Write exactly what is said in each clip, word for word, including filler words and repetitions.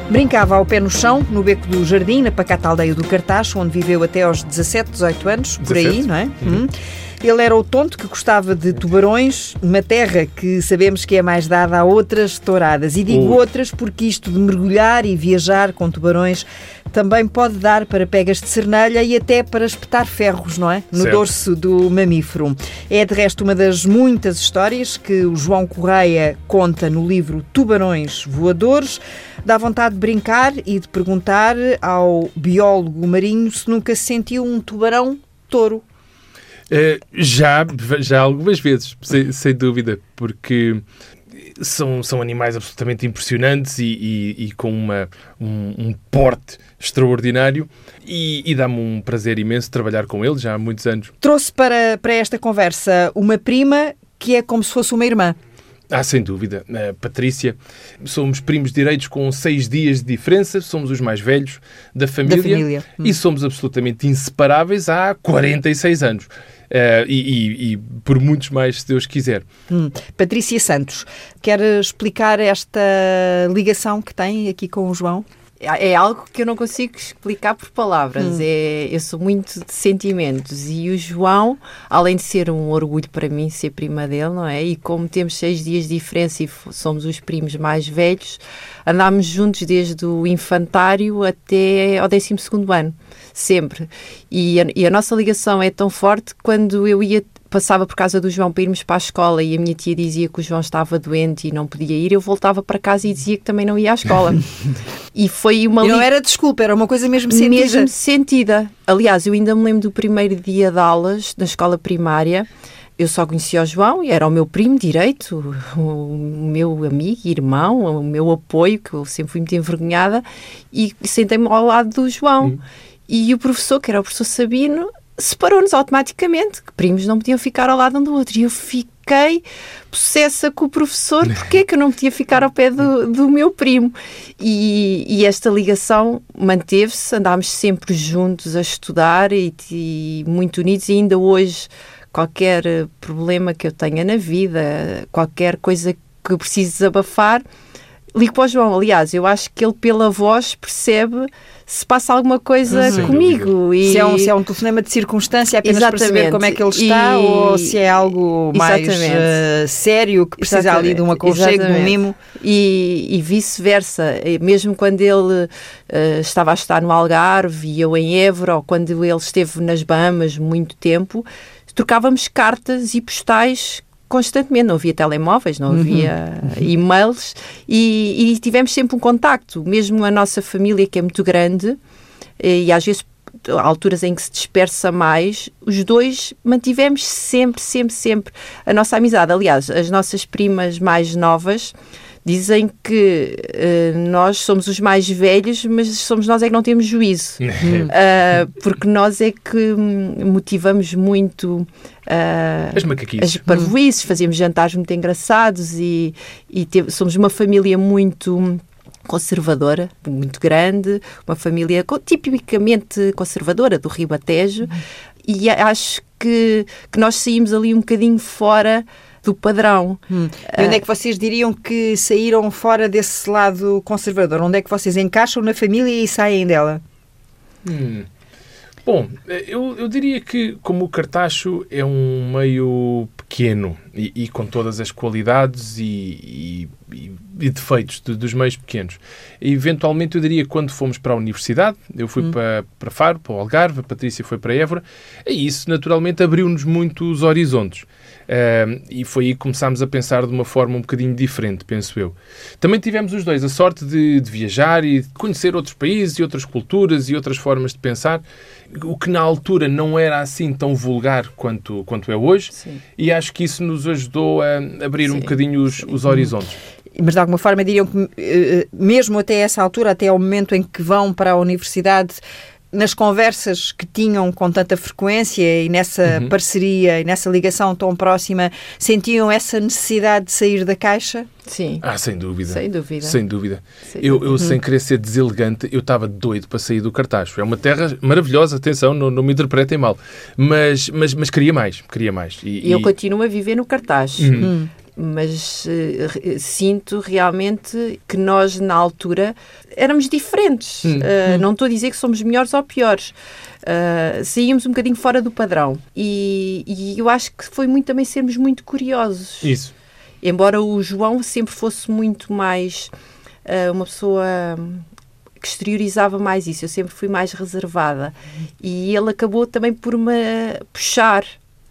Brincava ao pé no chão, no beco do Jardim, na pacata aldeia do Cartacho, onde viveu até aos dezassete, dezoito anos, por aí, não é? Uhum. Ele era o tonto que gostava de tubarões, numa terra que sabemos que é mais dada a outras touradas. E digo uh. outras porque isto de mergulhar e viajar com tubarões também pode dar para pegas de cernelha e até para espetar ferros, não é? No certo. dorso do mamífero. É, de resto, uma das muitas histórias que o João Correia conta no livro Tubarões Voadores. Dá vontade de brincar e de perguntar ao biólogo marinho se nunca se sentiu um tubarão-touro. Uh, já, já algumas vezes, sem, sem dúvida, porque são, são animais absolutamente impressionantes e, e, e com uma, um, um porte extraordinário e, e dá-me um prazer imenso trabalhar com eles já há muitos anos. Trouxe para, para esta conversa uma prima que é como se fosse uma irmã. Ah, sem dúvida. A Patrícia, somos primos direitos com seis dias de diferença, somos os mais velhos da família, da família. e hum. somos absolutamente inseparáveis há quarenta e seis anos. Uh, e, e, e por muitos mais, se Deus quiser. Hum. Patrícia Santos, quer explicar esta ligação que tem aqui com o João? É algo que eu não consigo explicar por palavras. Hum. É, eu sou muito de sentimentos e o João, além de ser um orgulho para mim ser prima dele, não é? E como temos seis dias de diferença e somos os primos mais velhos, andámos juntos desde o infantário até ao décimo segundo ano, sempre. E a, e a nossa ligação é tão forte que quando eu ia... passava por casa do João para irmos para a escola e a minha tia dizia que o João estava doente e não podia ir, eu voltava para casa e dizia que também não ia à escola. E foi uma... E não li... era desculpa, era uma coisa mesmo sentida. Mesmo sentida. Aliás, eu ainda me lembro do primeiro dia de aulas na escola primária. Eu só conhecia o João e era o meu primo direito, o meu amigo, irmão, o meu apoio, que eu sempre fui muito envergonhada, e sentei-me ao lado do João. Hum. E o professor, que era o professor Sabino, separou-nos automaticamente, que primos não podiam ficar ao lado um do outro. E eu fiquei possessa com o professor, porque é que eu não podia ficar ao pé do, do meu primo? E, e esta ligação manteve-se, andámos sempre juntos a estudar e, e muito unidos, e ainda hoje qualquer problema que eu tenha na vida, qualquer coisa que eu precise desabafar, ligo para o João. Aliás, eu acho que ele pela voz percebe se passa alguma coisa Sim. comigo. E... Se, é um, se é um telefonema de circunstância apenas Exatamente. para saber como é que ele está, e... ou se é algo mais uh, sério, que precisa Exatamente. ali de um aconchego, de um mimo. E, e vice-versa. Mesmo quando ele uh, estava a estar no Algarve e eu em Évora, ou quando ele esteve nas Bahamas muito tempo, trocávamos cartas e postais constantemente, não havia telemóveis, não havia uhum. e-mails e, e tivemos sempre um contacto, mesmo a nossa família, que é muito grande e, e às vezes há alturas em que se dispersa mais, os dois mantivemos sempre, sempre, sempre a nossa amizade. Aliás, as nossas primas mais novas dizem que uh, nós somos os mais velhos, mas somos nós é que não temos juízo. uh, porque nós é que motivamos muito uh, as macaquices. As parvoíces, fazíamos jantares muito engraçados e, e te, somos uma família muito conservadora, muito grande, uma família tipicamente conservadora do Ribatejo, e acho que, que nós saímos ali um bocadinho fora do padrão. Hum. E onde é que vocês diriam que saíram fora desse lado conservador? Onde é que vocês encaixam na família e saem dela? Hum. Bom, eu, eu diria que, como o Cartacho é um meio pequeno e, e com todas as qualidades e, e, e defeitos de, dos meios pequenos, eventualmente eu diria que quando fomos para a universidade, eu fui hum. para, para Faro, para o Algarve, a Patrícia foi para Évora, e isso naturalmente abriu-nos muito os horizontes. Uh, e foi aí que começámos a pensar de uma forma um bocadinho diferente, penso eu. Também tivemos os dois a sorte de, de viajar e de conhecer outros países e outras culturas e outras formas de pensar, o que na altura não era assim tão vulgar quanto, quanto é hoje. Sim. E acho que isso nos ajudou a abrir Sim. um bocadinho os, os horizontes. Mas de alguma forma diriam que mesmo até essa altura, até ao momento em que vão para a universidade, nas conversas que tinham com tanta frequência e nessa uhum. parceria e nessa ligação tão próxima, sentiam essa necessidade de sair da caixa? Sim. Ah, sem dúvida. Sem dúvida. Sem dúvida. Sem eu, eu uhum. sem querer ser deselegante, eu estava doido para sair do Cartacho. É uma terra maravilhosa, atenção, não, não me interpretem mal. Mas, mas, mas queria mais, queria mais. E, e eu e... continuo a viver no Cartacho. Uhum. Uhum. mas uh, sinto realmente que nós, na altura, éramos diferentes. Hum, uh, hum. Não estou a dizer que somos melhores ou piores. Uh, saímos um bocadinho fora do padrão. E, e eu acho que foi muito também sermos muito curiosos. Isso. Embora o João sempre fosse muito mais uh, uma pessoa que exteriorizava mais isso, eu sempre fui mais reservada. E ele acabou também por me puxar.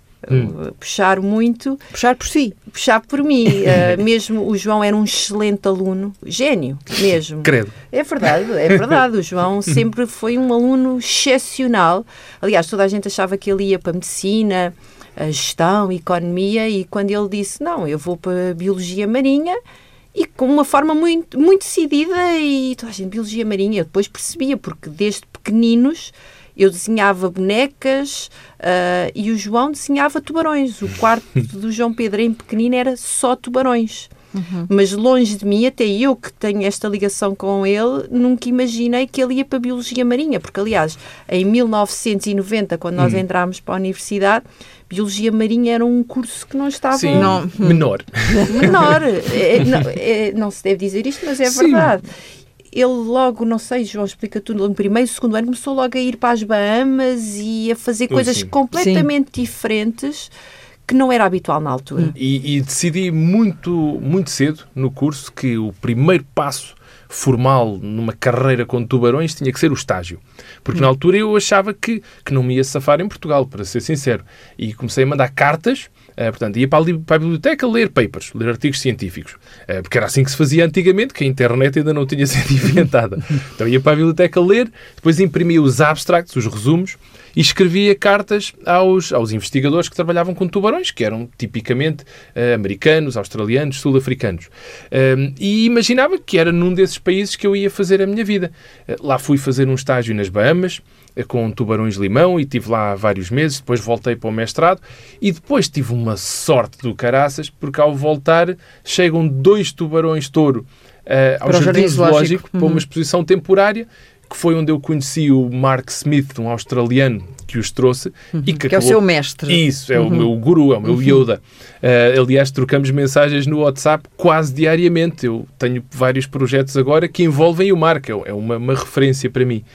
Hum. Puxar muito. Puxar por si. Puxar por mim. Uh, mesmo o João era um excelente aluno. Gênio, mesmo. Credo. É verdade, é verdade. O João sempre foi um aluno excepcional. Aliás, toda a gente achava que ele ia para a medicina, a gestão, a economia, e quando ele disse, não, eu vou para a biologia marinha, e com uma forma muito, muito decidida, e toda a gente, biologia marinha, eu depois percebia, porque desde pequeninos eu desenhava bonecas uh, e o João desenhava tubarões. O quarto do João Pedro em pequenino era só tubarões. Uhum. Mas longe de mim, até eu que tenho esta ligação com ele, nunca imaginei que ele ia para a Biologia Marinha. Porque, aliás, em mil novecentos e noventa, quando nós uhum. entramos para a universidade, Biologia Marinha era um curso que não estava... Sim, não. menor. Menor. É, não, é, não se deve dizer isto, mas é Sim. verdade. Ele logo, não sei, João explica tudo, no primeiro, segundo ano, começou logo a ir para as Bahamas e a fazer coisas sim. completamente sim. diferentes que não era habitual na altura. E, e decidi muito, muito cedo no curso que o primeiro passo formal numa carreira com tubarões tinha que ser o estágio. Porque hum. na altura eu achava que, que não me ia safar em Portugal, para ser sincero. E comecei a mandar cartas. Uh, portanto, ia para a, para a biblioteca ler papers, ler artigos científicos. Uh, porque era assim que se fazia antigamente, que a internet ainda não tinha sido inventada. Então ia para a biblioteca ler, depois imprimia os abstracts, os resumos, e escrevia cartas aos, aos investigadores que trabalhavam com tubarões, que eram tipicamente uh, americanos, australianos, sul-africanos. Uh, e imaginava que era num desses países que eu ia fazer a minha vida. Uh, lá fui fazer um estágio nas Bahamas, com tubarões-limão, e estive lá vários meses, depois voltei para o mestrado, e depois tive uma sorte do caraças, porque ao voltar chegam dois tubarões-touro uh, ao Jardim Zoológico uhum. para uma exposição temporária, que foi onde eu conheci o Mark Smith, um australiano que os trouxe. Uhum. E que, que acabou... é o seu mestre. Isso, é uhum. o meu guru, é o meu uhum. Yoda. Uh, aliás, trocamos mensagens no WhatsApp quase diariamente. Eu tenho vários projetos agora que envolvem o Mark, é uma, uma referência para mim.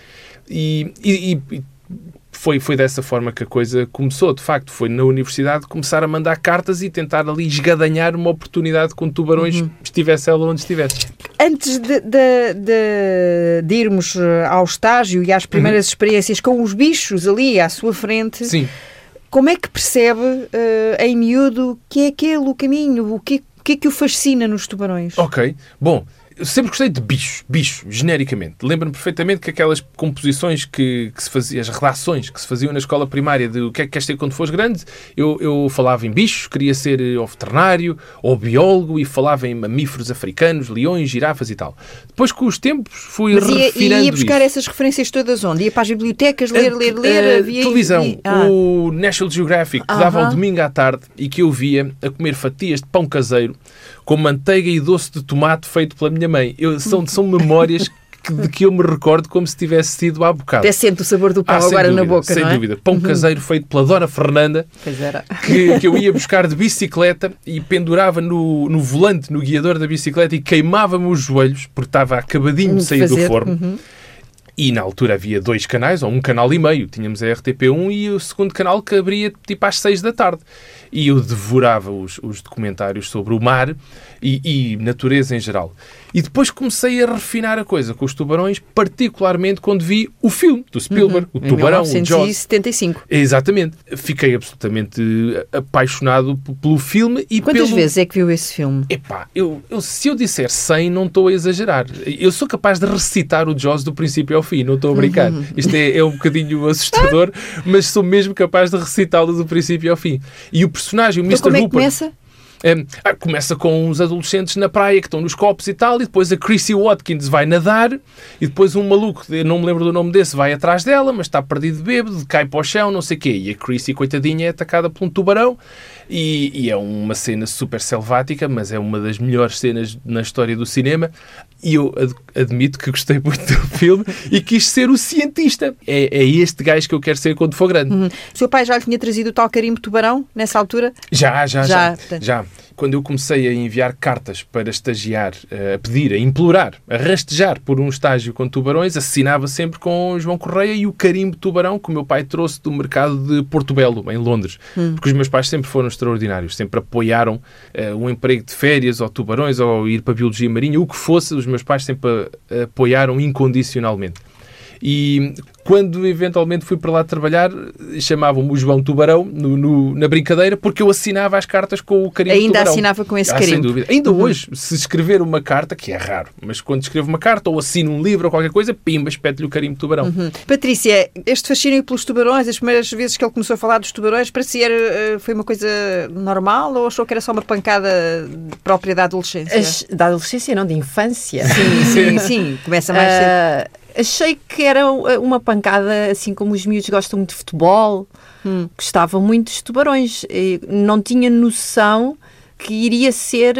E, e, e foi, foi dessa forma que a coisa começou, de facto. Foi na universidade começar a mandar cartas e tentar ali esgadanhar uma oportunidade com tubarões, uhum. estivesse ela onde estivesse. Antes de, de, de, de irmos ao estágio e às primeiras uhum. experiências com os bichos ali à sua frente, Sim. como é que percebe uh, em miúdo que é aquele o caminho? O que, o que é que o fascina nos tubarões? Ok, bom... Eu sempre gostei de bichos, bicho, genericamente. Lembro-me perfeitamente que aquelas composições que, que se faziam, as redações que se faziam na escola primária de o que é que queres ser quando fores grande, eu, eu falava em bichos, queria ser ou veterinário ou biólogo e falava em mamíferos africanos, leões, girafas e tal. Depois, com os tempos, fui Mas ia, refinando ia buscar isso. essas referências todas onde? Ia para as bibliotecas, ler, ler, ler? A, a, havia... televisão, e... ah. o National Geographic, que uh-huh. dava ao domingo à tarde e que eu via a comer fatias de pão caseiro com manteiga e doce de tomate feito pela minha mãe. Eu, são, são memórias que, de que eu me recordo como se tivesse sido há bocado. Até sente o sabor do pão ah, agora dúvida, na boca, sem não é? dúvida. Pão caseiro feito pela Dona Fernanda, pois era. Que, que eu ia buscar de bicicleta e pendurava no, no volante, no guiador da bicicleta, e queimava-me os joelhos, porque estava acabadinho de sair fazer. do forno. Uhum. E na altura havia dois canais, ou um canal e meio. Tínhamos a R T P um e o segundo canal que abria tipo às seis da tarde. E eu devorava os, os documentários sobre o mar e, e natureza em geral. E depois comecei a refinar a coisa com os tubarões, particularmente quando vi o filme do Spielberg, uhum. o Tubarão, em mil novecentos e setenta e cinco. o Jaws. Exatamente. Fiquei absolutamente apaixonado p- pelo filme. E Quantas pelo... vezes é que viu esse filme? Epá, eu, eu, se eu disser cem, não estou a exagerar. Eu sou capaz de recitar o Jaws do princípio ao fim, não estou a brincar. Uhum. Isto é, é um bocadinho assustador, mas sou mesmo capaz de recitá-lo do princípio ao fim. E o personagem, o Então, mister como é que Hooper... começa? Um, ah, começa com uns adolescentes na praia que estão nos copos e tal, e depois a Chrissy Watkins vai nadar, e depois um maluco, eu não me lembro do nome desse, vai atrás dela, mas está perdido bêbado, cai para o chão, não sei o quê, e a Chrissy, coitadinha, é atacada por um tubarão, e, e é uma cena super selvática, mas é uma das melhores cenas na história do cinema, e eu ad- admito que gostei muito do filme e quis ser o cientista. É, é este gajo que eu quero ser quando for grande. Uhum. O seu pai já lhe tinha trazido o tal carimbo tubarão, nessa altura? Já, já, já. Já, já. Quando eu comecei a enviar cartas para estagiar, a pedir, a implorar, a rastejar por um estágio com tubarões, assinava sempre com João Correia e o carimbo tubarão que o meu pai trouxe do mercado de Porto Belo, em Londres. Hum. Porque os meus pais sempre foram extraordinários, sempre apoiaram uh, um emprego de férias ou tubarões ou ir para a biologia marinha, o que fosse, os meus pais sempre uh, apoiaram incondicionalmente. E quando eventualmente fui para lá trabalhar, chamavam-me o João Tubarão no, no, na brincadeira, porque eu assinava as cartas com o carimbo Ainda tubarão. assinava com esse ah, carimbo? Sem dúvida. Ainda uhum. hoje, se escrever uma carta, que é raro, mas quando escrevo uma carta ou assino um livro ou qualquer coisa, pimba, espeto-lhe o carimbo tubarão. Uhum. Patrícia, este fascínio pelos tubarões, as primeiras vezes que ele começou a falar dos tubarões, para si era, foi uma coisa normal ou achou que era só uma pancada própria da adolescência? As, da adolescência, não, de infância. Sim, sim, sim. Começa mais cedo. Uh, Achei que era uma pancada, assim como os miúdos gostam muito de futebol, hum. gostavam muito dos tubarões. Não tinha noção que iria ser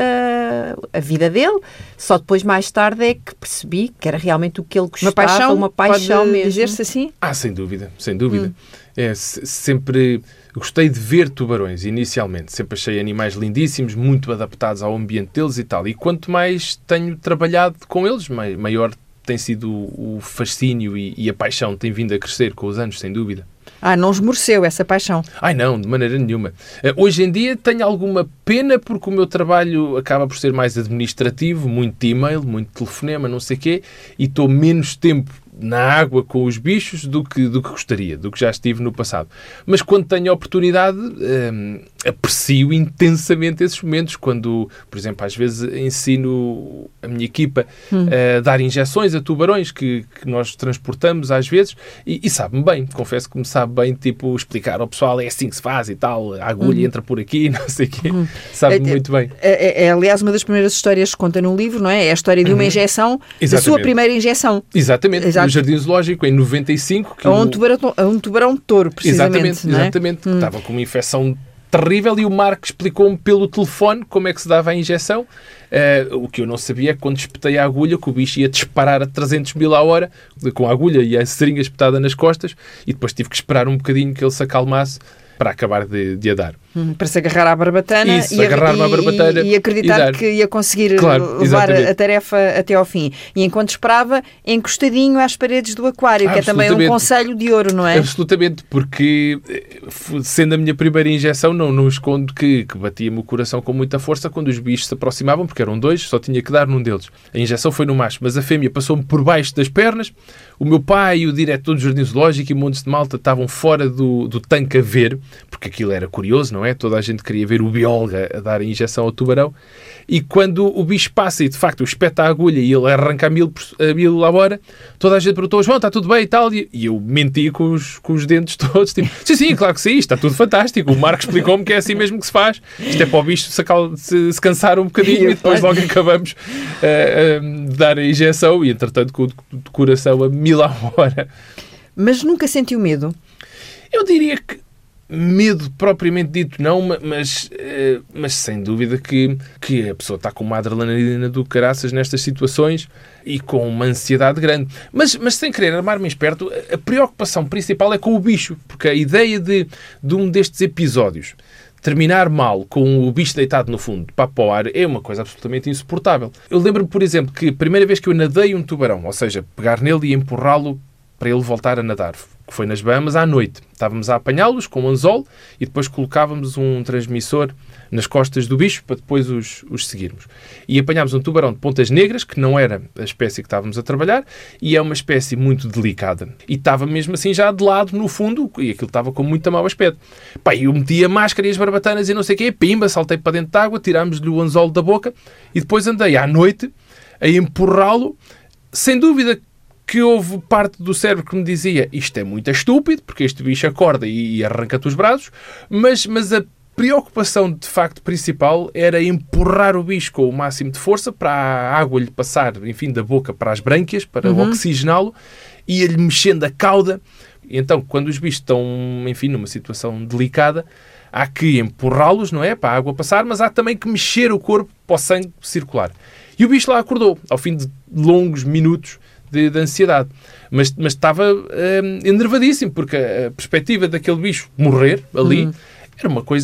uh, a vida dele. Só depois, mais tarde, é que percebi que era realmente o que ele gostava. Uma paixão? Uma paixão pode mesmo. dizer-se assim? Ah, sem dúvida, sem dúvida. Hum. É, sempre gostei de ver tubarões, inicialmente. Sempre achei animais lindíssimos, muito adaptados ao ambiente deles e tal. E quanto mais tenho trabalhado com eles, maior tem sido o fascínio e, e a paixão tem vindo a crescer com os anos, sem dúvida. Ah, não esmoreceu essa paixão? Ai não, de maneira nenhuma. Uh, hoje em dia tenho alguma pena porque o meu trabalho acaba por ser mais administrativo, muito de e-mail, muito telefonema, não sei o quê, e estou menos tempo na água com os bichos do que, do que gostaria, do que já estive no passado. Mas quando tenho a oportunidade, hum, aprecio intensamente esses momentos, quando, por exemplo, às vezes ensino a minha equipa hum. a dar injeções a tubarões que, que nós transportamos às vezes, e, e sabe-me bem, confesso que me sabe bem, tipo, explicar ao pessoal, é assim que se faz e tal, a agulha hum. entra por aqui, não sei o quê, hum. sabe-me é, muito bem. É, é, é, aliás, uma das primeiras histórias que conta no livro, não é? É a história de uma injeção, Exatamente. da sua primeira injeção. Exatamente. Exato. No Jardim Zoológico, em noventa e cinco. Que a um, o... tubarão, a um tubarão touro, precisamente. Exatamente, não é? exatamente. Hum. Estava com uma infecção terrível e o Marco explicou-me pelo telefone como é que se dava a injeção. Uh, o que eu não sabia é que quando espetei a agulha, que o bicho ia disparar a trezentos mil a hora, com a agulha e a seringa espetada nas costas, e depois tive que esperar um bocadinho que ele se acalmasse para acabar de, de a dar. Hum, para se agarrar à barbatana, Isso, e, agarrar-me à barbatana e, e acreditar e que ia conseguir claro, levar exatamente. a tarefa até ao fim. E enquanto esperava, encostadinho às paredes do aquário, que é também um conselho de ouro, não é? Absolutamente, porque sendo a minha primeira injeção, não, não escondo que, que batia-me o coração com muita força quando os bichos se aproximavam, porque eram dois, só tinha que dar num deles. A injeção foi no macho, mas a fêmea passou-me por baixo das pernas. O meu pai e o diretor do Jardim Zoológico e Montes de Malta estavam fora do, do tanque a ver, porque aquilo era curioso, não é? Toda a gente queria ver o biólogo a dar a injeção ao tubarão. E quando o bicho passa e, de facto, espeta a agulha e ele arranca a mil, a mil a hora, toda a gente perguntou, João, está tudo bem e tal? E eu menti com os, com os dentes todos. Tipo, sim, sim, claro que sim, está tudo fantástico. O Marco explicou-me que é assim mesmo que se faz. Isto é para o bicho se, se, se cansar um bocadinho e depois logo acabamos uh, uh, de dar a injeção e, entretanto, com o coração a mil a hora. Mas nunca sentiu medo? Eu diria que medo propriamente dito não, mas, mas sem dúvida que, que a pessoa está com uma adrenalina do caraças nestas situações e com uma ansiedade grande. Mas, mas sem querer armar-me esperto, a preocupação principal é com o bicho, porque a ideia de, de um destes episódios terminar mal com o bicho deitado no fundo, papo ao ar, é uma coisa absolutamente insuportável. Eu lembro-me, por exemplo, que a primeira vez que eu nadei um tubarão, ou seja, pegar nele e empurrá-lo para ele voltar a nadar, que foi nas Bahamas à noite. Estávamos a apanhá-los com um anzol e depois colocávamos um transmissor nas costas do bicho para depois os, os seguirmos. E apanhámos um tubarão de pontas negras, que não era a espécie que estávamos a trabalhar, e é uma espécie muito delicada. E estava mesmo assim já de lado, no fundo, e aquilo estava com muito mau aspecto. Pá, eu meti a máscara e as barbatanas e não sei o quê, pimba, saltei para dentro de água, tirámos-lhe o anzol da boca e depois andei à noite a empurrá-lo, sem dúvida que houve parte do cérebro que me dizia isto é muito estúpido, porque este bicho acorda e arranca-te os braços, mas, mas a preocupação de facto principal era empurrar o bicho com o máximo de força para a água lhe passar, enfim, da boca para as brânquias, para uhum. oxigená-lo, e ia-lhe mexendo a cauda. E então, quando os bichos estão, enfim, numa situação delicada, há que empurrá-los, não é? Para a água passar, mas há também que mexer o corpo para o sangue circular. E o bicho lá acordou, ao fim de longos minutos De, de ansiedade. Mas, mas estava hum, enervadíssimo, porque a perspectiva daquele bicho morrer ali uhum. era uma coisa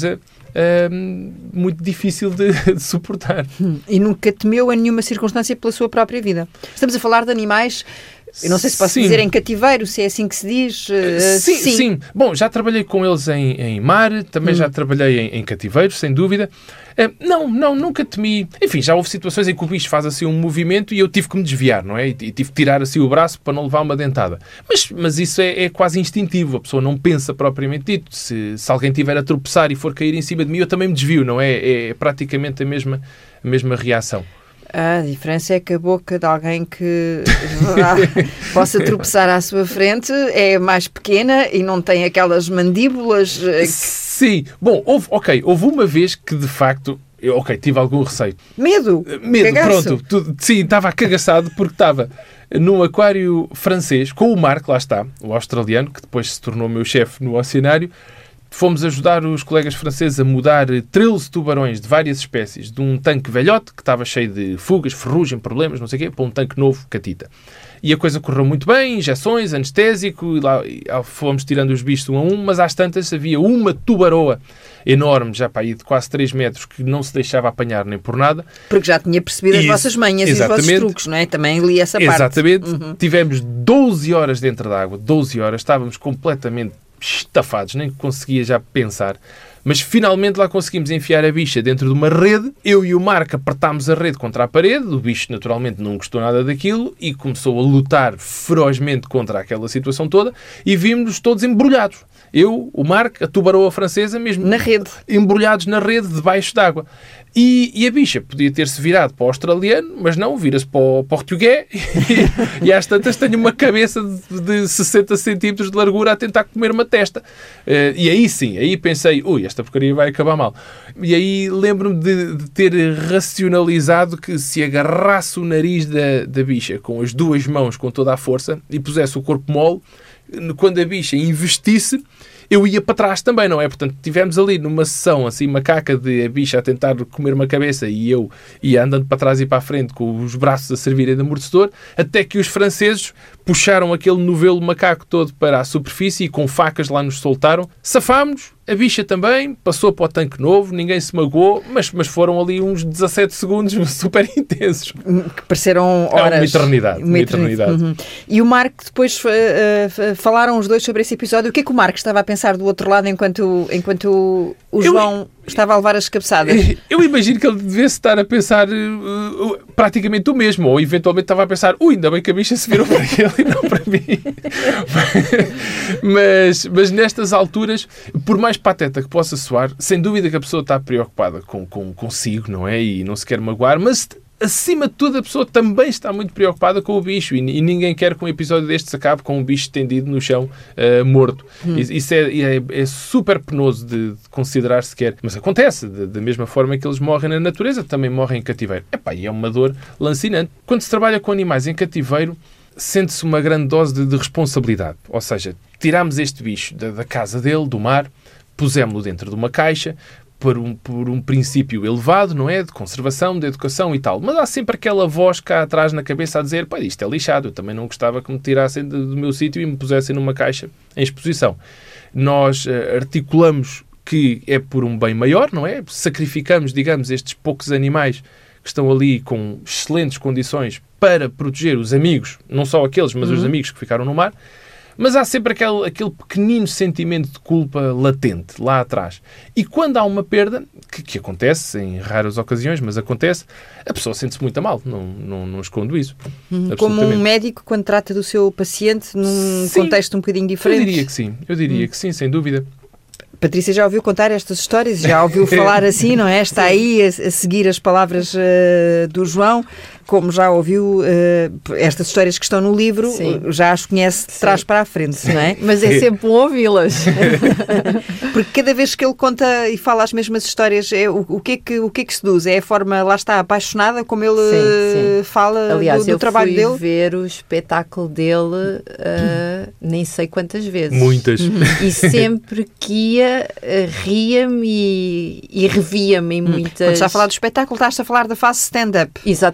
uh, muito difícil de, de suportar. E nunca temeu em nenhuma circunstância pela sua própria vida. Estamos a falar de animais... Eu não sei se posso sim. dizer em cativeiro, se é assim que se diz. Uh, sim, sim, sim. Bom, já trabalhei com eles em, em mar, também hum. já trabalhei em, em cativeiro, sem dúvida. Uh, não, não, nunca temi. Enfim, já houve situações em que o bicho faz assim um movimento e eu tive que me desviar, não é? E, e tive que tirar assim o braço para não levar uma dentada. Mas, mas isso é, é quase instintivo, a pessoa não pensa propriamente dito. Se, se alguém estiver a tropeçar e for cair em cima de mim, eu também me desvio, não é? É, é praticamente a mesma, a mesma reação. A diferença é que a boca de alguém que possa tropeçar à sua frente é mais pequena e não tem aquelas mandíbulas. Sim. Bom, houve, ok, houve uma vez que de facto, eu, ok, tive algum receio. Medo? Medo, Cagaço. pronto. Tu, sim, estava cagaçado porque estava num aquário francês com o Mark, lá está, o australiano, que depois se tornou meu chefe no oceanário. Fomos ajudar os colegas franceses a mudar treze tubarões de várias espécies de um tanque velhote, que estava cheio de fugas, ferrugem, problemas, não sei o quê, para um tanque novo, catita. E a coisa correu muito bem, injeções, anestésico, e lá e fomos tirando os bichos um a um, mas às tantas havia uma tubaroa enorme, já para aí de quase três metros, que não se deixava apanhar nem por nada. Porque já tinha percebido as Isso, vossas manhas exatamente. E os vossos truques, não é? Também li essa parte. Exatamente. Uhum. Tivemos doze horas dentro da água, doze horas, estávamos completamente estafados, nem conseguia já pensar. Mas finalmente lá conseguimos enfiar a bicha dentro de uma rede. Eu e o Marco apertámos a rede contra a parede. O bicho naturalmente não gostou nada daquilo e começou a lutar ferozmente contra aquela situação toda e vimos-nos todos embrulhados. Eu, o Marco, a tubaroa francesa, mesmo na rede, embrulhados na rede debaixo d'água. E, e a bicha podia ter-se virado para o australiano, mas não, vira-se para o português e, e às tantas tenho uma cabeça de, de sessenta centímetros de largura a tentar comer uma testa. Uh, e aí sim, aí pensei, ui, esta porcaria vai acabar mal. E aí lembro-me de, de ter racionalizado que se agarrasse o nariz da, da bicha com as duas mãos com toda a força e pusesse o corpo mole, quando a bicha investisse, eu ia para trás também, não é? Portanto, tivemos ali numa sessão assim macaca de a bicha a tentar comer uma cabeça e eu ia andando para trás e para a frente com os braços a servirem de amortecedor, até que os franceses puxaram aquele novelo macaco todo para a superfície e com facas lá nos soltaram. Safámos, a bicha também, passou para o tanque novo, ninguém se magoou, mas, mas foram ali uns dezassete segundos super intensos. Que pareceram horas. É uma eternidade. Uma eternidade. Uhum. E o Marco, depois uh, uh, falaram os dois sobre esse episódio. O que é que o Marco estava a pensar do outro lado enquanto, enquanto o João eu, estava a levar as cabeçadas? Eu imagino que ele devesse estar a pensar uh, uh, praticamente o mesmo, ou eventualmente estava a pensar, ui, ainda bem que a bicha se virou para ele e não para mim. mas, mas nestas alturas, por mais pateta que possa soar, sem dúvida que a pessoa está preocupada com, com, consigo, não é? E não se quer magoar, mas acima de tudo a pessoa também está muito preocupada com o bicho e, e ninguém quer que um episódio destes acabe com um bicho estendido no chão, uh, morto. Hum. Isso é, é, é super penoso de, de considerar sequer. Mas acontece, da mesma forma que eles morrem na natureza, também morrem em cativeiro. Epá, e é uma dor lancinante. Quando se trabalha com animais em cativeiro, sente-se uma grande dose de, de responsabilidade. Ou seja, tiramos este bicho da, da casa dele, do mar, pusemos-lo dentro de uma caixa, por um, por um princípio elevado, não é? De conservação, de educação e tal. Mas há sempre aquela voz cá atrás na cabeça a dizer, pá, isto é lixado, eu também não gostava que me tirassem do, do meu sítio e me pusessem numa caixa em exposição. Nós uh, articulamos que é por um bem maior, não é? Sacrificamos, digamos, estes poucos animais que estão ali com excelentes condições para proteger os amigos, não só aqueles, mas uhum. os amigos que ficaram no mar. Mas há sempre aquele, aquele pequenino sentimento de culpa latente lá atrás. E quando há uma perda, que, que acontece em raras ocasiões, mas acontece, a pessoa sente-se muito a mal. Não, não, não escondo isso. Hum, como um médico quando trata do seu paciente num sim, contexto um bocadinho diferente? Eu diria que sim. Eu diria hum. que sim, sem dúvida. Patrícia já ouviu contar estas histórias, já ouviu falar assim, não é? Está aí a, a seguir as palavras uh, do João, como já ouviu uh, estas histórias que estão no livro, sim. já as conhece de trás sim. para a frente, não é? Mas é sempre bom ouvi-las. Porque cada vez que ele conta e fala as mesmas histórias, é, o, o, que é que, o que é que seduz? É a forma, lá está, apaixonada, como ele sim, sim. fala Aliás, do, do trabalho dele? Aliás, eu fui ver o espetáculo dele uh, nem sei quantas vezes. Muitas. E sempre que ia, ria-me e, e revia-me em muitas... Quando estás a falar do espetáculo, estás a falar da fase stand-up. Exatamente,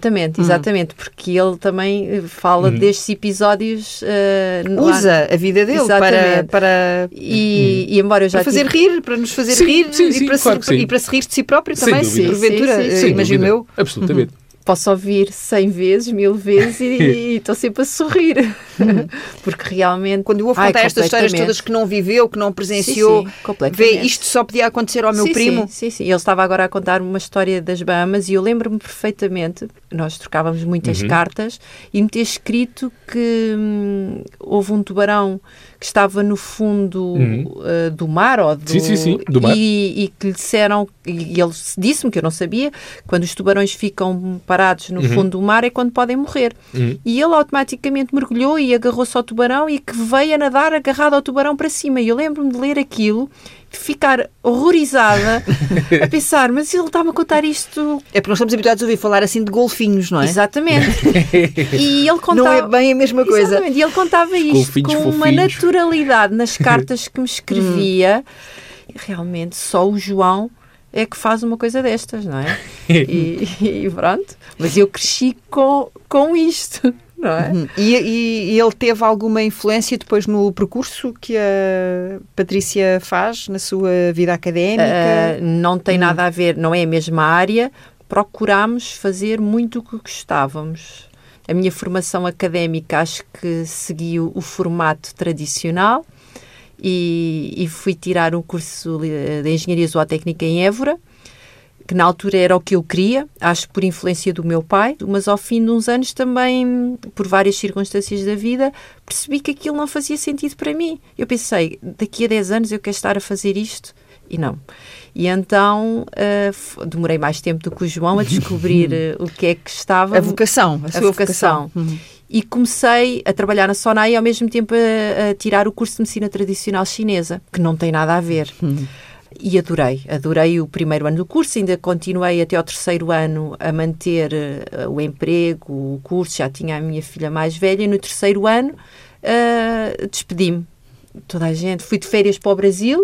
Exatamente, porque ele também fala hum. destes episódios. Uh, Usa lá... a vida dele para, para, e, hum. e embora eu já para fazer tive... rir, para nos fazer sim, rir sim, sim, e, para claro se, e para se rir de si próprio sem também, dúvida. se porventura, sim, sim, sim. imagino eu. Absolutamente. Uhum. Posso ouvir cem vezes, mil vezes e estou sempre a sorrir. Hum. Porque realmente... Quando eu ouvo Ai, contar estas histórias todas que não viveu, que não presenciou, sim, sim, vê, isto só podia acontecer ao meu sim, primo. Sim, sim, sim. Ele estava agora a contar uma história das Bahamas e eu lembro-me perfeitamente, nós trocávamos muitas uhum. cartas e me ter escrito que hum, houve um tubarão que estava no fundo uhum. uh, do mar, ou do, sim, sim, sim, do mar. E, e que lhe disseram, e ele disse-me, que eu não sabia, quando os tubarões ficam parados no uhum. fundo do mar é quando podem morrer. Uhum. E ele automaticamente mergulhou e agarrou-se ao tubarão e que veio a nadar agarrado ao tubarão para cima. E eu lembro-me de ler aquilo, de ficar horrorizada, a pensar, mas ele está-me a contar isto... É porque nós estamos habituados a ouvir falar assim de golfinhos, não é? Exatamente. E ele contava... Não é bem a mesma coisa. Exatamente. E ele contava isto golfinhos com fofinhos. Uma naturalidade nas cartas que me escrevia. E realmente só o João é que faz uma coisa destas, não é? E, e pronto. Mas eu cresci com, com isto. Não é? Uhum. E, e, e ele teve alguma influência depois no percurso que a Patrícia faz na sua vida académica? Uh, não tem uhum. nada a ver, não é a mesma área. Procurámos fazer muito o que gostávamos. A minha formação académica acho que seguiu o formato tradicional e, e fui tirar um curso de Engenharia Zootécnica em Évora, que na altura era o que eu queria, acho por influência do meu pai, mas ao fim de uns anos também, por várias circunstâncias da vida, percebi que aquilo não fazia sentido para mim. Eu pensei, daqui a dez anos eu quero estar a fazer isto, e não. E então uh, demorei mais tempo do que o João a descobrir uh, o que é que estava... A vocação, a, a sua vocação. vocação. Uhum. E comecei a trabalhar na SONAI e ao mesmo tempo a, a tirar o curso de Medicina Tradicional Chinesa, que não tem nada a ver. Uhum. E adorei, adorei o primeiro ano do curso, ainda continuei até ao terceiro ano a manter uh, o emprego, o curso, já tinha a minha filha mais velha e no terceiro ano uh, despedi-me. Toda a gente, fui de férias para o Brasil.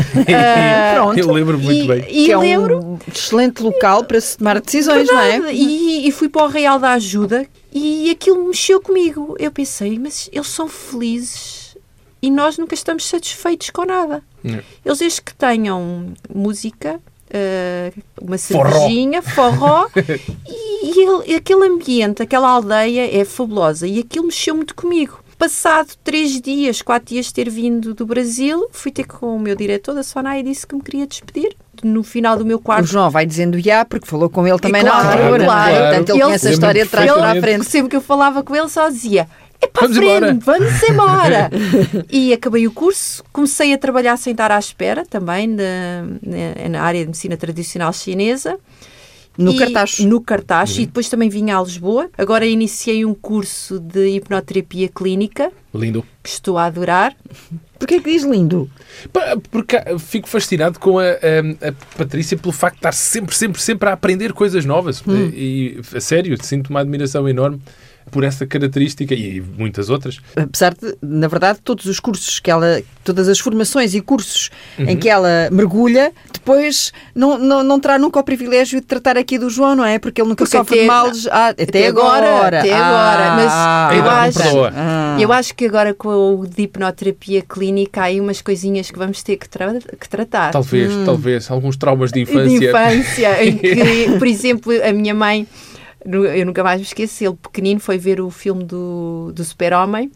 uh, Pronto. Eu lembro muito e, bem. E que lembro, é um excelente local para se tomar decisões, verdade, não é? E, e fui para o Real da Ajuda e aquilo mexeu comigo. Eu pensei, mas eles são felizes e nós nunca estamos satisfeitos com nada. Não. Eles, desde que tenham música, uh, uma cervejinha, forró, e, e, ele, aquele ambiente, aquela aldeia é fabulosa. E aquilo mexeu muito comigo. Passado três dias, quatro dias de ter vindo do Brasil, fui ter com o meu diretor da SONAI e disse que me queria despedir. No final do meu quarto... O João vai dizendo já, porque falou com ele também e, claro, na altura. Claro, claro. Portanto, ele, ele conhece a história de trás para a frente. Sempre que eu falava com ele, só dizia... É para vamos frente, embora. vamos embora. E acabei o curso, comecei a trabalhar sem estar à espera, também na, na, na área de medicina tradicional chinesa. No e, Cartacho. No Cartacho, uhum. E depois também vim a Lisboa. Agora iniciei um curso de hipnoterapia clínica. Lindo. Que estou a adorar. Porquê que diz lindo? Porque fico fascinado com a, a, a Patrícia pelo facto de estar sempre, sempre, sempre a aprender coisas novas. Hum. E, a sério, sinto uma admiração enorme por essa característica e muitas outras. Apesar de, na verdade, todos os cursos que ela, todas as formações e cursos uhum. em que ela mergulha, depois não, não, não terá nunca o privilégio de tratar aqui do João, não é? Porque ele nunca Porque sofre até, de males ah, até, até agora. agora. Até ah, agora. Mas ah, eu, ah, acho, ah. eu acho que agora com o de hipnoterapia clínica há aí umas coisinhas que vamos ter que, tra que tratar. Talvez, hum. talvez. Alguns traumas de infância. De infância. Em que, por exemplo, a minha mãe... Eu nunca mais me esqueço, ele pequenino foi ver o filme do, do Super-Homem.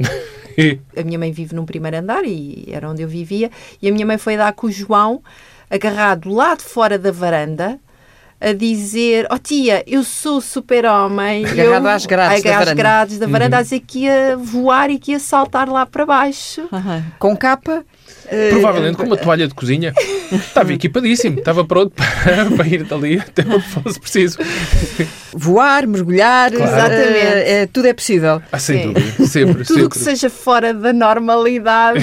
A minha mãe vive num primeiro andar e era onde eu vivia. E a minha mãe foi dar com o João, agarrado lá de fora da varanda, a dizer, oh tia, eu sou o Super-Homem. Agarrado às grades da varanda. Às grades da varanda, uhum. a dizer que ia voar e que ia saltar lá para baixo. Uhum. Com capa? Provavelmente com uma toalha de cozinha. Estava equipadíssimo, estava pronto para, para ir dali até onde fosse preciso. Voar, mergulhar, claro. Exatamente. É, é, tudo é possível. Ah, sem Sim. dúvida, sempre. Tudo o sempre. que seja fora da normalidade.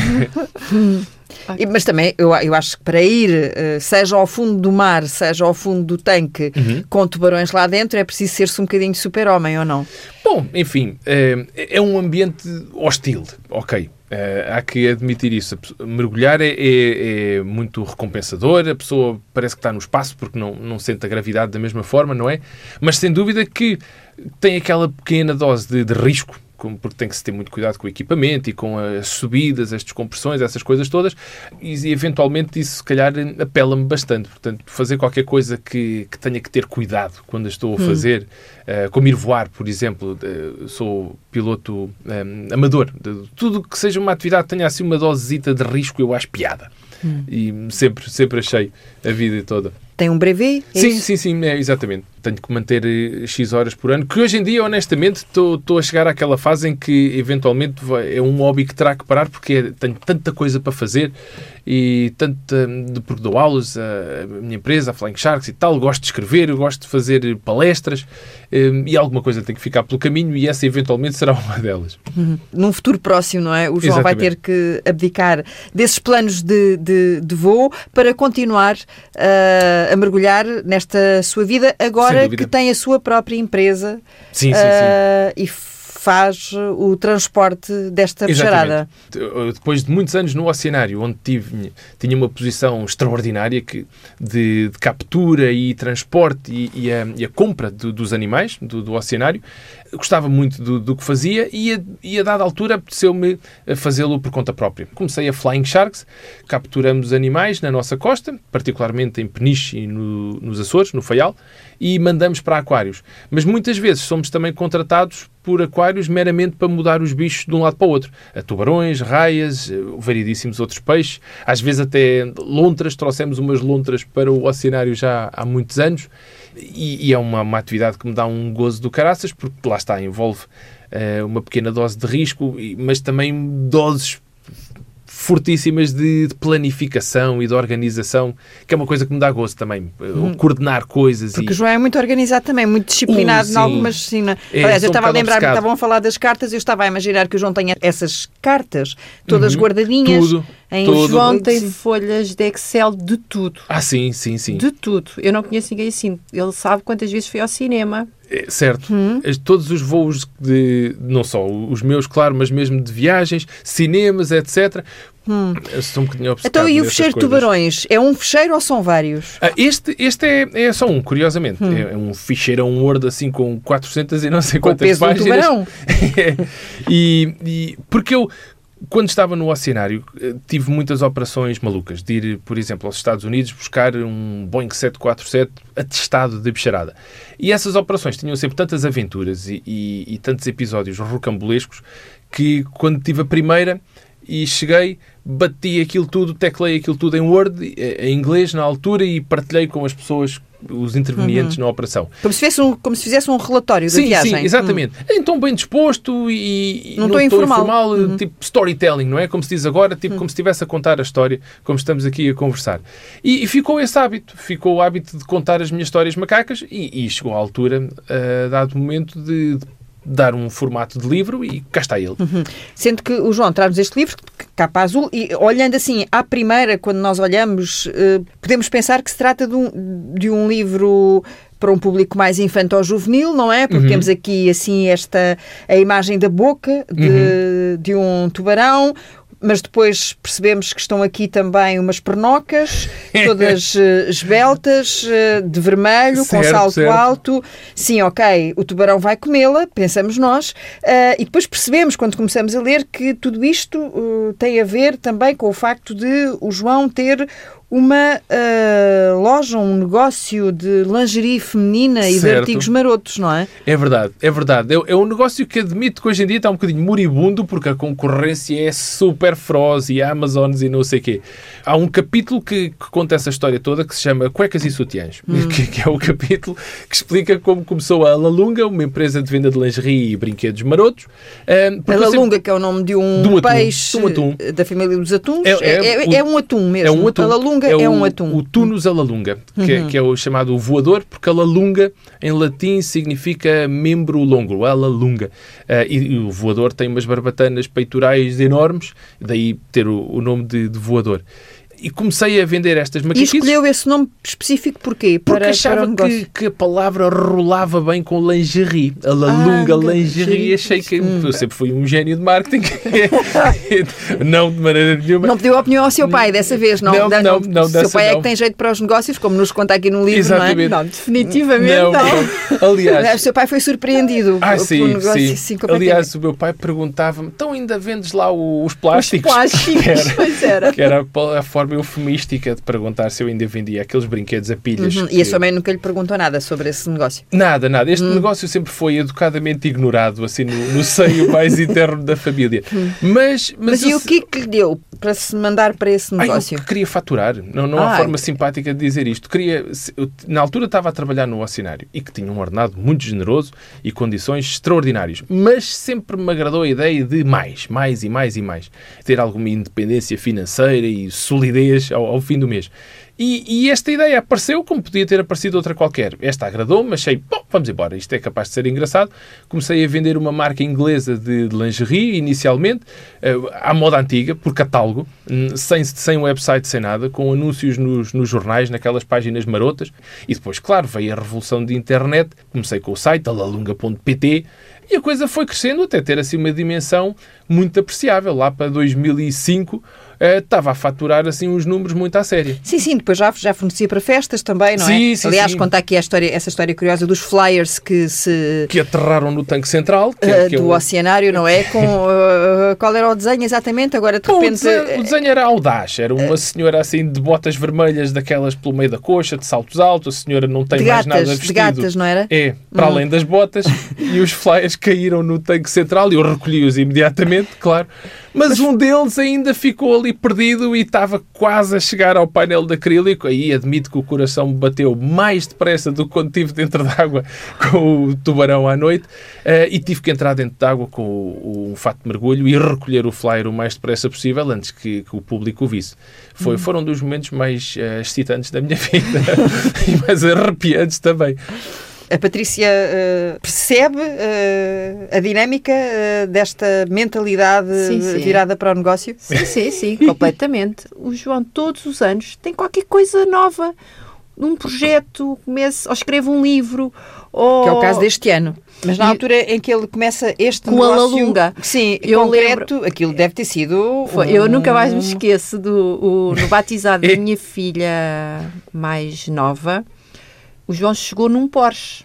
E, mas também, eu, eu acho que para ir, seja ao fundo do mar, seja ao fundo do tanque, uhum. com tubarões lá dentro, é preciso ser-se um bocadinho super-homem, ou não? Bom, enfim, é, é um ambiente hostil, ok. Uh, há que admitir isso. Mergulhar é, é, é muito recompensador, a pessoa parece que está no espaço porque não, não sente a gravidade da mesma forma, não é? Mas sem dúvida que tem aquela pequena dose de, de risco, porque tem que se ter muito cuidado com o equipamento e com as subidas, as descompressões, essas coisas todas, e eventualmente isso se calhar apela-me bastante. Portanto, fazer qualquer coisa que, que tenha que ter cuidado quando estou a fazer, hum. uh, como ir voar, por exemplo, uh, sou piloto um, amador, de, tudo que seja uma atividade que tenha assim uma dosezita de risco, eu acho piada. Hum. E sempre, sempre achei a vida toda. Tem um brevet? É sim, isso? sim, sim, é, exatamente. Tenho que manter X horas por ano, que hoje em dia, honestamente, estou a chegar àquela fase em que, eventualmente, vai, é um hobby que terá que parar, porque é, tenho tanta coisa para fazer e tanta, porque dou aulas, a, a minha empresa, a Flying Sharks e tal, gosto de escrever, eu gosto de fazer palestras um, e alguma coisa tem que ficar pelo caminho e essa, eventualmente, será uma delas. Uhum. Num futuro próximo, não é? O João Exatamente. vai ter que abdicar desses planos de, de, de voo para continuar uh, a mergulhar nesta sua vida, agora que tem a sua própria empresa sim, sim, uh, sim. e faz o transporte desta peixarada. Depois de muitos anos no oceanário, onde tive, tinha uma posição extraordinária que, de, de captura e transporte e, e, a, e a compra do, dos animais do, do oceanário, gostava muito do, do que fazia e a, e a dada altura apeteceu-me fazê-lo por conta própria. Comecei a Flying Sharks, capturamos animais na nossa costa, particularmente em Peniche e no, nos Açores, no Faial, e mandamos para aquários. Mas muitas vezes somos também contratados por aquários meramente para mudar os bichos de um lado para o outro. A tubarões, raias, variedíssimos outros peixes, às vezes até lontras, trouxemos umas lontras para o oceanário já há muitos anos, e, e é uma, uma atividade que me dá um gozo do caraças, porque lá está, envolve uh, uma pequena dose de risco, mas também doses fortíssimas de, de planificação e de organização, que é uma coisa que me dá gozo também, hum. coordenar coisas. Porque e... o João é muito organizado também, muito disciplinado uh, em algumas... Sim, é, Aliás, eu estava um a lembrar-me, estavam a falar das cartas, eu estava a imaginar que o João tenha essas cartas, todas uhum. guardadinhas. Tudo. Em Todo. O João tem folhas de Excel de tudo. Ah, sim, sim, sim. De tudo. Eu não conheço ninguém assim. Ele sabe quantas vezes foi ao cinema. É, certo. Hum. Todos os voos, de não só os meus, claro, mas mesmo de viagens, cinemas, etcétera. Hum. Eu sou um bocadinho obcecado. Então, e o fecheiro de tubarões? É um fecheiro ou são vários? Ah, este este é, é só um, curiosamente. Hum. É um ficheirão Word assim com quatrocentas e não sei com quantas páginas. Com o peso páginas. do tubarão. é. e, e porque eu... Quando estava no oceanário, tive muitas operações malucas, de ir, por exemplo, aos Estados Unidos buscar um Boeing sete quatro sete atestado de bicharada. E essas operações tinham sempre tantas aventuras e, e, e tantos episódios rocambolescos que, quando tive a primeira e cheguei, bati aquilo tudo, teclei aquilo tudo em Word, em inglês, na altura, e partilhei com as pessoas, os intervenientes uhum. na operação. Como se, fizesse um, como se fizesse um relatório da sim, viagem. Sim, exatamente. Hum. Então bem disposto e, e não estou informal, informal uhum. tipo storytelling, não é? Como se diz agora, tipo uhum. como se estivesse a contar a história, como estamos aqui a conversar. E, e ficou esse hábito, ficou o hábito de contar as minhas histórias macacas e, e chegou à altura, a dado momento, de, de dar um formato de livro e cá está ele. Uhum. Sendo que o João traz-nos este livro, capa azul, e olhando assim à primeira, quando nós olhamos, uh, podemos pensar que se trata de um, de um livro para um público mais infanto-juvenil, não é? Porque uhum. temos aqui assim esta a imagem da boca de, uhum. de um tubarão, mas depois percebemos que estão aqui também umas pernocas, todas uh, esbeltas, uh, de vermelho, certo, com salto certo. alto. Sim, ok, o tubarão vai comê-la, pensamos nós, uh, e depois percebemos, quando começamos a ler, que tudo isto uh, tem a ver também com o facto de o João ter uma uh, loja, um negócio de lingerie feminina certo. e de artigos marotos, não é? É verdade, é verdade. É, é um negócio que admito que hoje em dia está um bocadinho moribundo porque a concorrência é super feroz e a Amazonas e não sei o quê. Há um capítulo que, que conta essa história toda que se chama Cuecas e Sutiãs, hum. que, que é o capítulo que explica como começou a Lalunga, uma empresa de venda de lingerie e brinquedos marotos. Um, a Lalunga, sempre... que é o nome de um, um peixe atum, um atum. da família dos atuns. É, é, é, o, é um atum mesmo. É um atum. A Lalunga É, é o, um atum. O Tunus alalunga, que, uhum. é, que é o chamado voador, porque alalunga em latim significa membro longo, alalunga. Uh, e, e o voador tem umas barbatanas peitorais enormes, daí ter o, o nome de, de voador. e comecei a vender estas E macaquices. escolheu esse nome específico porquê? Porque Para, achava para o negócio. que, que a palavra rolava bem com lingerie. A Lalunga Ah, lingerie. Achei que hum. eu sempre fui um gênio de marketing. Não de maneira nenhuma. Não pediu opinião ao seu pai dessa vez, não? Não, não, não, não, O seu dessa pai é não. que tem jeito para os negócios, como nos conta aqui no livro, Exatamente. não é? Não, definitivamente Não, não. não. Aliás, O seu pai foi surpreendido ah, pelo sim, negócio sim. assim completamente. Aliás, o meu pai perguntava-me, então ainda vendes lá o- os Os plásticos? plásticos, Que era- pois era. Que era a, a forma eufemística de perguntar se eu ainda vendia aqueles brinquedos a pilhas. Uhum. que- E a sua mãe nunca lhe perguntou nada sobre esse negócio. Nada, nada. Hum. Este negócio sempre foi educadamente ignorado, assim, no, no seio mais interno da família. Mas, mas, Mas, e eu o que é que lhe deu para se mandar para esse Ai, negócio? eu queria faturar. Não, não há Ai. forma simpática de dizer isto. Queria, se- eu, na altura estava a trabalhar no Oceanário e que tinha um ordenado muito generoso e condições extraordinárias. Mas sempre me agradou a ideia de mais, mais e mais e mais. Ter alguma independência financeira e solidez ao, ao fim do mês. E, e esta ideia apareceu como podia ter aparecido outra qualquer. Esta agradou-me, achei, bom, vamos embora, isto é capaz de ser engraçado. Comecei a vender uma marca inglesa de, de lingerie, inicialmente, uh, à moda antiga, por catálogo, hum, sem, sem website, sem nada, com anúncios nos, nos jornais, naquelas páginas marotas. E depois, claro, veio a revolução de internet. Comecei com o site, alalunga ponto pt, e a coisa foi crescendo até ter assim uma dimensão muito apreciável. Lá para dois mil e cinco, Uh, estava a faturar assim uns números muito à séria. Sim, sim, depois já, já fornecia para festas também, não Sim, é? sim, Aliás, sim. conta aqui a história, essa história curiosa dos flyers que se... Que aterraram no tanque central. Que, é- Uh, que é do um- Oceanário, não é? Com, uh, qual era o desenho exatamente? Agora, de Bom, o, repente... desenho, o desenho era audaz. Era uma senhora assim de botas vermelhas, daquelas pelo meio da coxa, de saltos altos. A senhora não tem de mais gatas, nada de vestido. gatas, não era? É, para Hum. além das botas. E os flyers caíram no tanque central e eu recolhi-os imediatamente, claro. Mas um deles ainda ficou ali perdido e estava quase a chegar ao painel de acrílico. Aí admito que o coração me bateu mais depressa do que quando estive dentro d'água com o tubarão à noite. Uh, e tive que entrar dentro d'água com o, o fato de mergulho e recolher o flyer o mais depressa possível antes que, que o público o visse. Foi, Foram dos momentos mais uh, excitantes da minha vida e mais arrepiantes também. A Patrícia uh, percebe uh, a dinâmica uh, desta mentalidade Sim, sim. virada para o negócio? Sim, sim, sim, completamente. O João, todos os anos, tem qualquer coisa nova. Um projeto, comece, ou escreve um livro, ou... Que é o caso deste ano. Mas na E- altura em que ele começa este Com a negócio... Lalunga. Sim, Eu concreto, aquilo deve ter sido... Foi, um- eu nunca mais me esqueço do o, no batizado da minha filha mais nova. O João chegou num Porsche.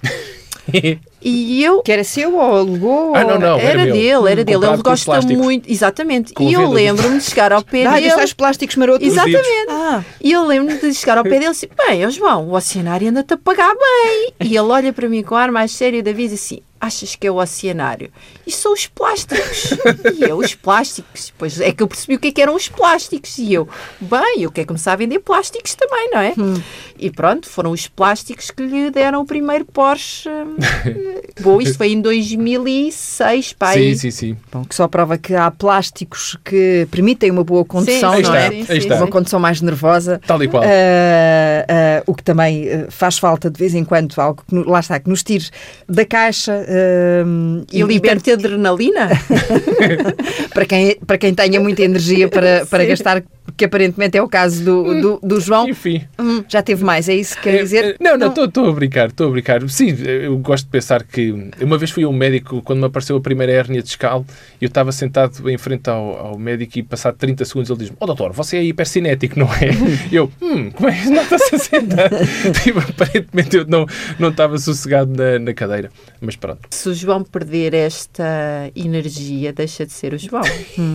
E eu... Que era seu ou alugou? Ah, não, ou- não. Era era meu. dele, era dele. Comprado Ele com gosta plásticos. muito... Exatamente. Com a E eu venda dos- lembro-me de chegar ao pé Ah, dele... dos tais plásticos marotos. Exatamente. Ah, E eu lembro-me de chegar ao pé dele e assim, bem, ó João, o Oceanário anda-te a pagar bem. E ele olha para mim com ar mais sério da vida e diz assim, achas que é o Oceanário? Isto são os plásticos. E eu, os plásticos. Pois é que eu percebi o que é que eram os plásticos. E eu, bem, eu quero começar a vender plásticos também, não é? Hum. E pronto, foram os plásticos que lhe deram o primeiro Porsche. Bom, isto foi em dois mil e seis, pai. Sim, sim, sim. bom, que só prova que há plásticos que permitem uma boa condução, Aí não está, é? sim, aí sim, está. Uma condução mais nervosa. Tal e qual. Ah, ah, o que também ah, faz falta de vez em quando, algo que, no- lá está, que nos tire da caixa ah, E liberte adrenalina. para quem, para quem tenha muita energia para, para gastar, que aparentemente é o caso do, do, do João. Enfim. Hum, já teve mais, é isso que quer É, dizer? é, Não, não, estou a brincar, estou a brincar. Sim, eu gosto de pensar que... Uma vez fui a um médico, quando me apareceu a primeira hérnia discal, eu estava sentado em frente ao, ao médico e passado trinta segundos ele diz-me, ó doutor, você é hipercinético, não é? Eu, hum, como é que nota-se assim? Tipo, aparentemente eu não, não estava sossegado na, na cadeira. Mas pronto. Se o João perder esta energia, deixa de ser o João.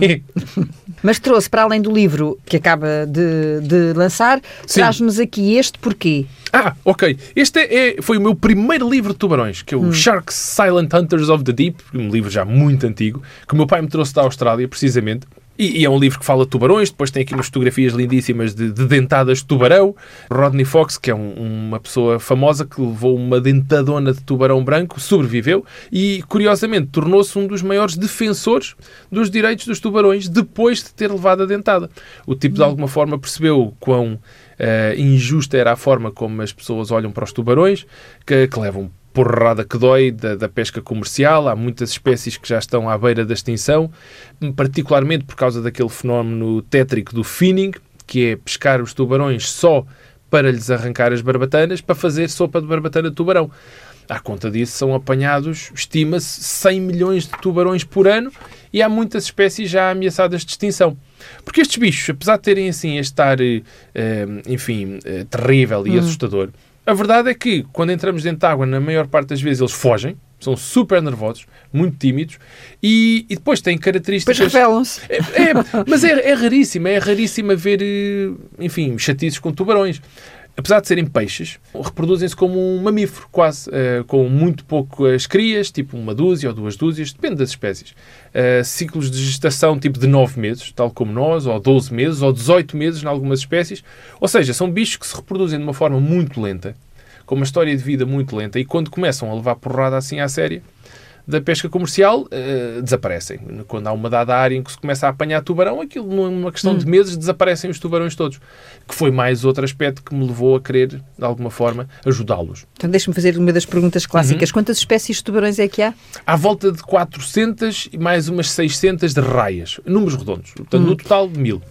Mas trouxe, para além do livro que acaba de, de lançar, Sim. traz-nos aqui este porquê. Ah, ok. Este é, é- foi o meu primeiro livro de tubarões, que é o Sharks Silent Hunters of the Deep, um livro já muito antigo, que o meu pai me trouxe da Austrália, precisamente. E, e é um livro que fala de tubarões, depois tem aqui umas fotografias lindíssimas de, de dentadas de tubarão. Rodney Fox, que é um- uma pessoa famosa que levou uma dentadona de tubarão branco, sobreviveu e, curiosamente, tornou-se um dos maiores defensores dos direitos dos tubarões depois de ter levado a dentada. O tipo, de alguma forma, percebeu quão Uh, injusta era a forma como as pessoas olham para os tubarões, que, que levam porrada que dói da, da pesca comercial. Há muitas espécies que já estão à beira da extinção, particularmente por causa daquele fenómeno tétrico do finning, que é pescar os tubarões só para lhes arrancar as barbatanas, para fazer sopa de barbatana de tubarão. À conta disso, são apanhados, estima-se, cem milhões de tubarões por ano, e há muitas espécies já ameaçadas de extinção. Porque estes bichos, apesar de terem assim este ar, enfim, terrível e hum. assustador, a verdade é que, quando entramos dentro de água, na maior parte das vezes eles fogem, são super nervosos, muito tímidos, e, e depois têm características... Depois revelam-se. É, é, mas é, é raríssimo, é raríssimo ver, enfim, chatices com tubarões. Apesar de serem peixes, reproduzem-se como um mamífero, quase, uh, com muito poucas crias, tipo uma dúzia ou duas dúzias, depende das espécies. Uh, ciclos de gestação tipo de nove meses, tal como nós, ou doze meses, ou dezoito meses em algumas espécies. Ou seja, são bichos que se reproduzem de uma forma muito lenta, com uma história de vida muito lenta, e quando começam a levar porrada assim à séria da pesca comercial, uh, desaparecem. Quando há uma dada área em que se começa a apanhar tubarão, aquilo numa questão hum. de meses desaparecem os tubarões todos. Que foi mais outro aspecto que me levou a querer, de alguma forma, ajudá-los. Então deixa-me fazer uma das perguntas clássicas. Uhum. Quantas espécies de tubarões é que há? À volta de quatrocentas e mais umas seiscentas de raias. Números redondos. Portanto, hum. no total, de mil.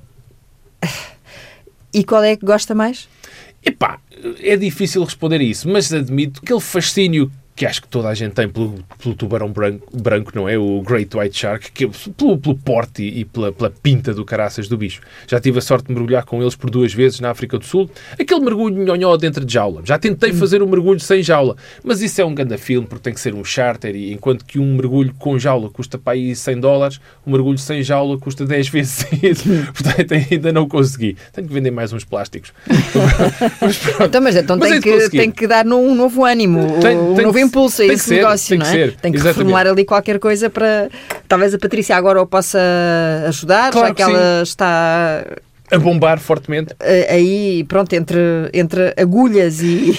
E qual é que gosta mais? Epá, é difícil responder a isso, mas admito que aquele fascínio que acho que toda a gente tem pelo, pelo tubarão branco, branco, não é? O Great White Shark, que, pelo, pelo porte e pela, pela pinta do caraças do bicho. Já tive a sorte de mergulhar com eles por duas vezes na África do Sul. Aquele mergulho nhonhó dentro de jaula. Já tentei fazer um mergulho sem jaula, mas isso é um grande filme, porque tem que ser um charter, e enquanto que um mergulho com jaula custa para aí cem dólares, um mergulho sem jaula custa dez vezes isso. Portanto, ainda não consegui. Tenho que vender mais uns plásticos. mas, então, mas então mas tem, que, tem que dar um novo ânimo, tem, um tem novo impulso a esse ser, negócio, tem não é? Que ser. Tem que Exatamente. reformular ali qualquer coisa para... Talvez a Patrícia agora o possa ajudar, claro já que, que ela sim. está... A bombar fortemente. Aí, pronto, entre, entre agulhas e,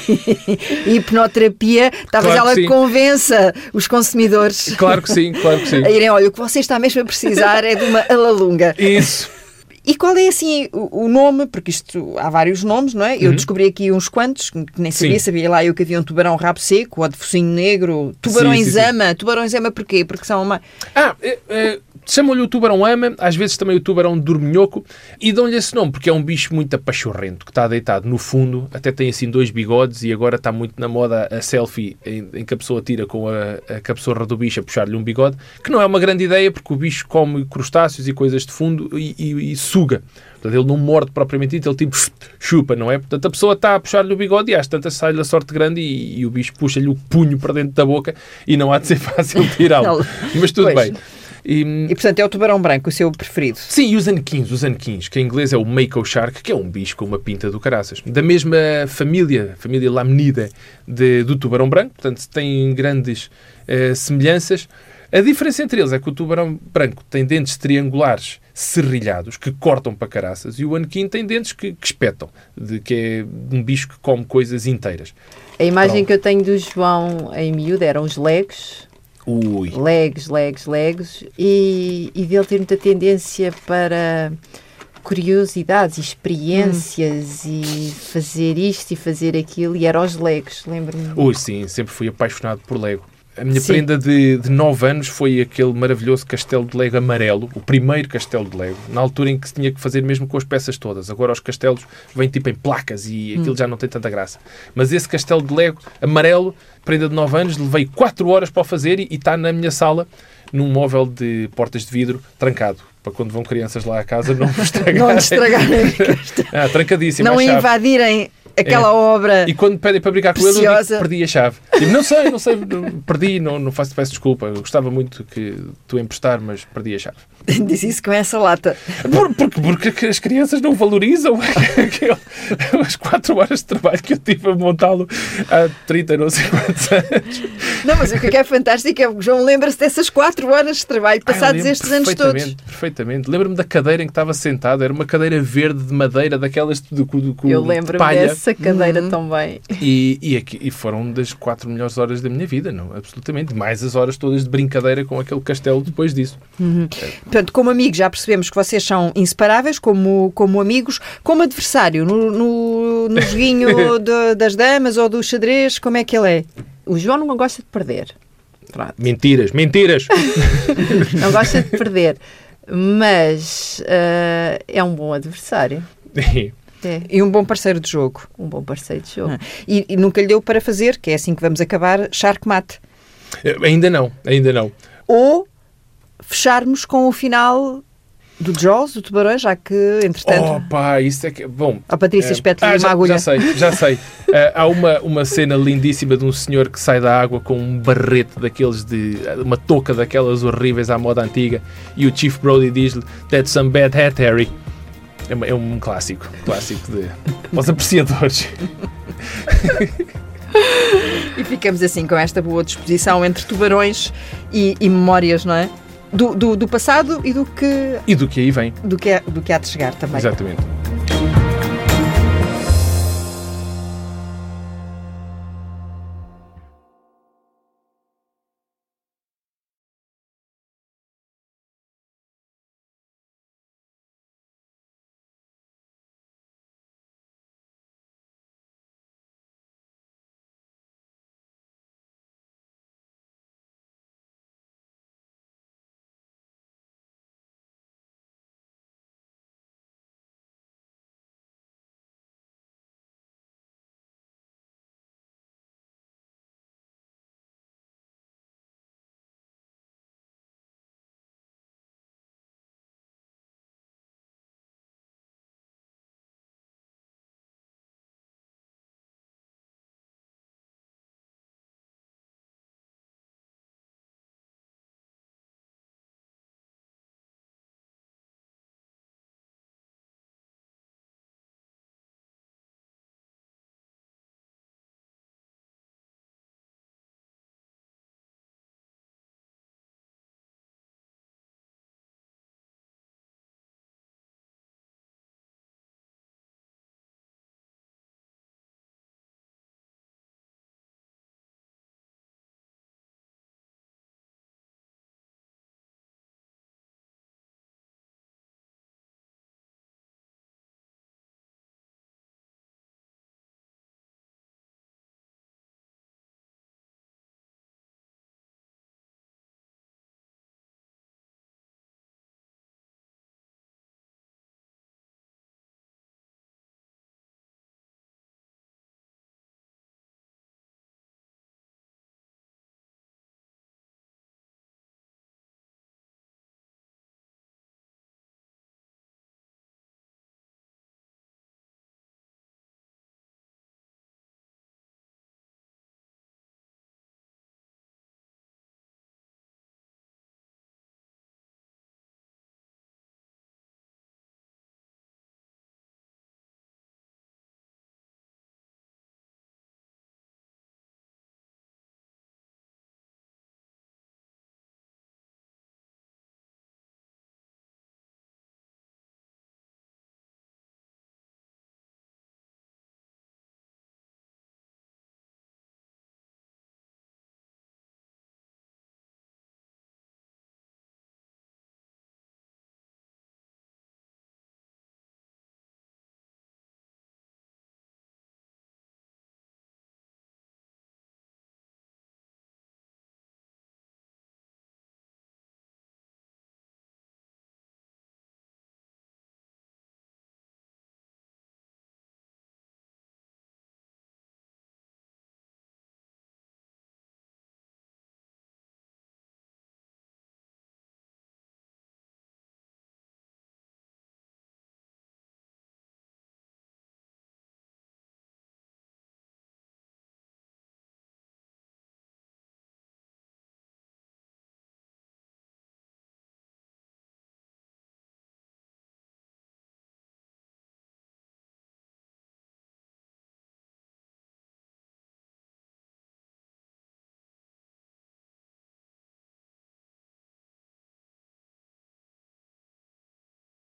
e hipnoterapia, talvez claro ela que convença os consumidores. Claro que sim, claro que sim. A irem, olha, o que você está mesmo a precisar é de uma alalunga. Isso. E qual é, assim, o, o nome? Porque isto, há vários nomes, não é? Eu uhum. descobri aqui uns quantos, que nem sabia, sim. sabia lá eu que havia um tubarão rabo seco, ou de focinho negro, tubarões-ama. Tubarões-ama porquê? Porque são uma... Ah, é, é, chamam-lhe o tubarão-ama, às vezes também o tubarão dorminhoco, e dão-lhe esse nome, porque é um bicho muito apachorrento, que está deitado no fundo, até tem assim dois bigodes, e agora está muito na moda a selfie em, em que a pessoa tira com a, a cabeçorra do bicho a puxar-lhe um bigode, que não é uma grande ideia, porque o bicho come crustáceos e coisas de fundo e, e, e suga. Portanto, ele não morde propriamente dito, ele tipo chupa, não é? Portanto, a pessoa está a puxar-lhe o bigode e às tantas sai-lhe a sorte grande e, e o bicho puxa-lhe o punho para dentro da boca e não há de ser fácil tirá-lo. Mas tudo pois. bem. E, e, portanto, é o tubarão branco o seu preferido? Sim, e os anequins, os anequins, que em inglês é o mako shark, que é um bicho com uma pinta do caraças. Da mesma família, família lamnida de, do tubarão branco, portanto, têm grandes uh, semelhanças. A diferença entre eles é que o tubarão branco tem dentes triangulares serrilhados, que cortam para caraças, e o anequim tem dentes que, que espetam, de, que é um bicho que come coisas inteiras. A imagem Pronto. que eu tenho do João em miúdo eram os legos. Ui. Legos, legos, legos, e, e dele ter muita tendência para curiosidades, experiências hum. e fazer isto e fazer aquilo, e era os legos, lembro-me. Ui, sim, sempre fui apaixonado por Lego. A minha Sim. prenda de, de nove anos foi aquele maravilhoso castelo de Lego amarelo, o primeiro castelo de Lego, na altura em que se tinha que fazer mesmo com as peças todas. Agora os castelos vêm tipo em placas e aquilo hum. já não tem tanta graça. Mas esse castelo de Lego amarelo, prenda de nove anos, levei quatro horas para o fazer e está na minha sala, num móvel de portas de vidro trancado. Para quando vão crianças lá à casa não estragarem. Não estragarem. ah, trancadíssimo. Não invadirem aquela é. obra. E quando pedem para brincar com ele, eu digo, perdi a chave. Digo, não sei, não sei, perdi, não, não faço, peço desculpa. Eu gostava muito que tu emprestar, mas perdi a chave. Diz isso com essa lata. Por, porque, porque as crianças não valorizam as quatro horas de trabalho que eu tive a montá-lo há trinta, não sei quantos anos. Não, mas o que é fantástico é que o João lembra-se dessas quatro horas de trabalho passados ah, estes anos todos. Perfeitamente. Lembro-me da cadeira em que estava sentado. Era uma cadeira verde de madeira, daquelas de, de, de, de Eu lembro-me dessa cadeira hum. também. E, e, aqui, e foram das quatro melhores horas da minha vida, não? Absolutamente. Mais as horas todas de brincadeira com aquele castelo depois disso. Uhum. É. Portanto, como amigos, já percebemos que vocês são inseparáveis, como, como amigos, como adversário, no, no, no joguinho de, das damas ou do xadrez, como é que ele é? O João não gosta de perder. Pronto. Mentiras, mentiras! Não gosta de perder, mas uh, é um bom adversário. É. E um bom parceiro de jogo. Um bom parceiro de jogo. E, e nunca lhe deu para fazer, que é assim que vamos acabar, Sharkmate. Ainda não, ainda não. Ou fecharmos com o final do Jaws, do Tubarão, já que, entretanto... Oh pá, isso é que... Bom... A Patrícia é, espeta-lhe ah, uma já, agulha. Já sei, já sei. uh, há uma, uma cena lindíssima de um senhor que sai da água com um barrete daqueles de... Uma touca daquelas horríveis à moda antiga e o Chief Brody diz-lhe "That's some bad hat, Harry." É, uma, é um clássico. Clássico de... Aos apreciadores. E ficamos assim com esta boa disposição entre tubarões e, e memórias, não é? Do, do, do passado e do que, E do que aí vem. do, que é, do que há de chegar também. Exatamente.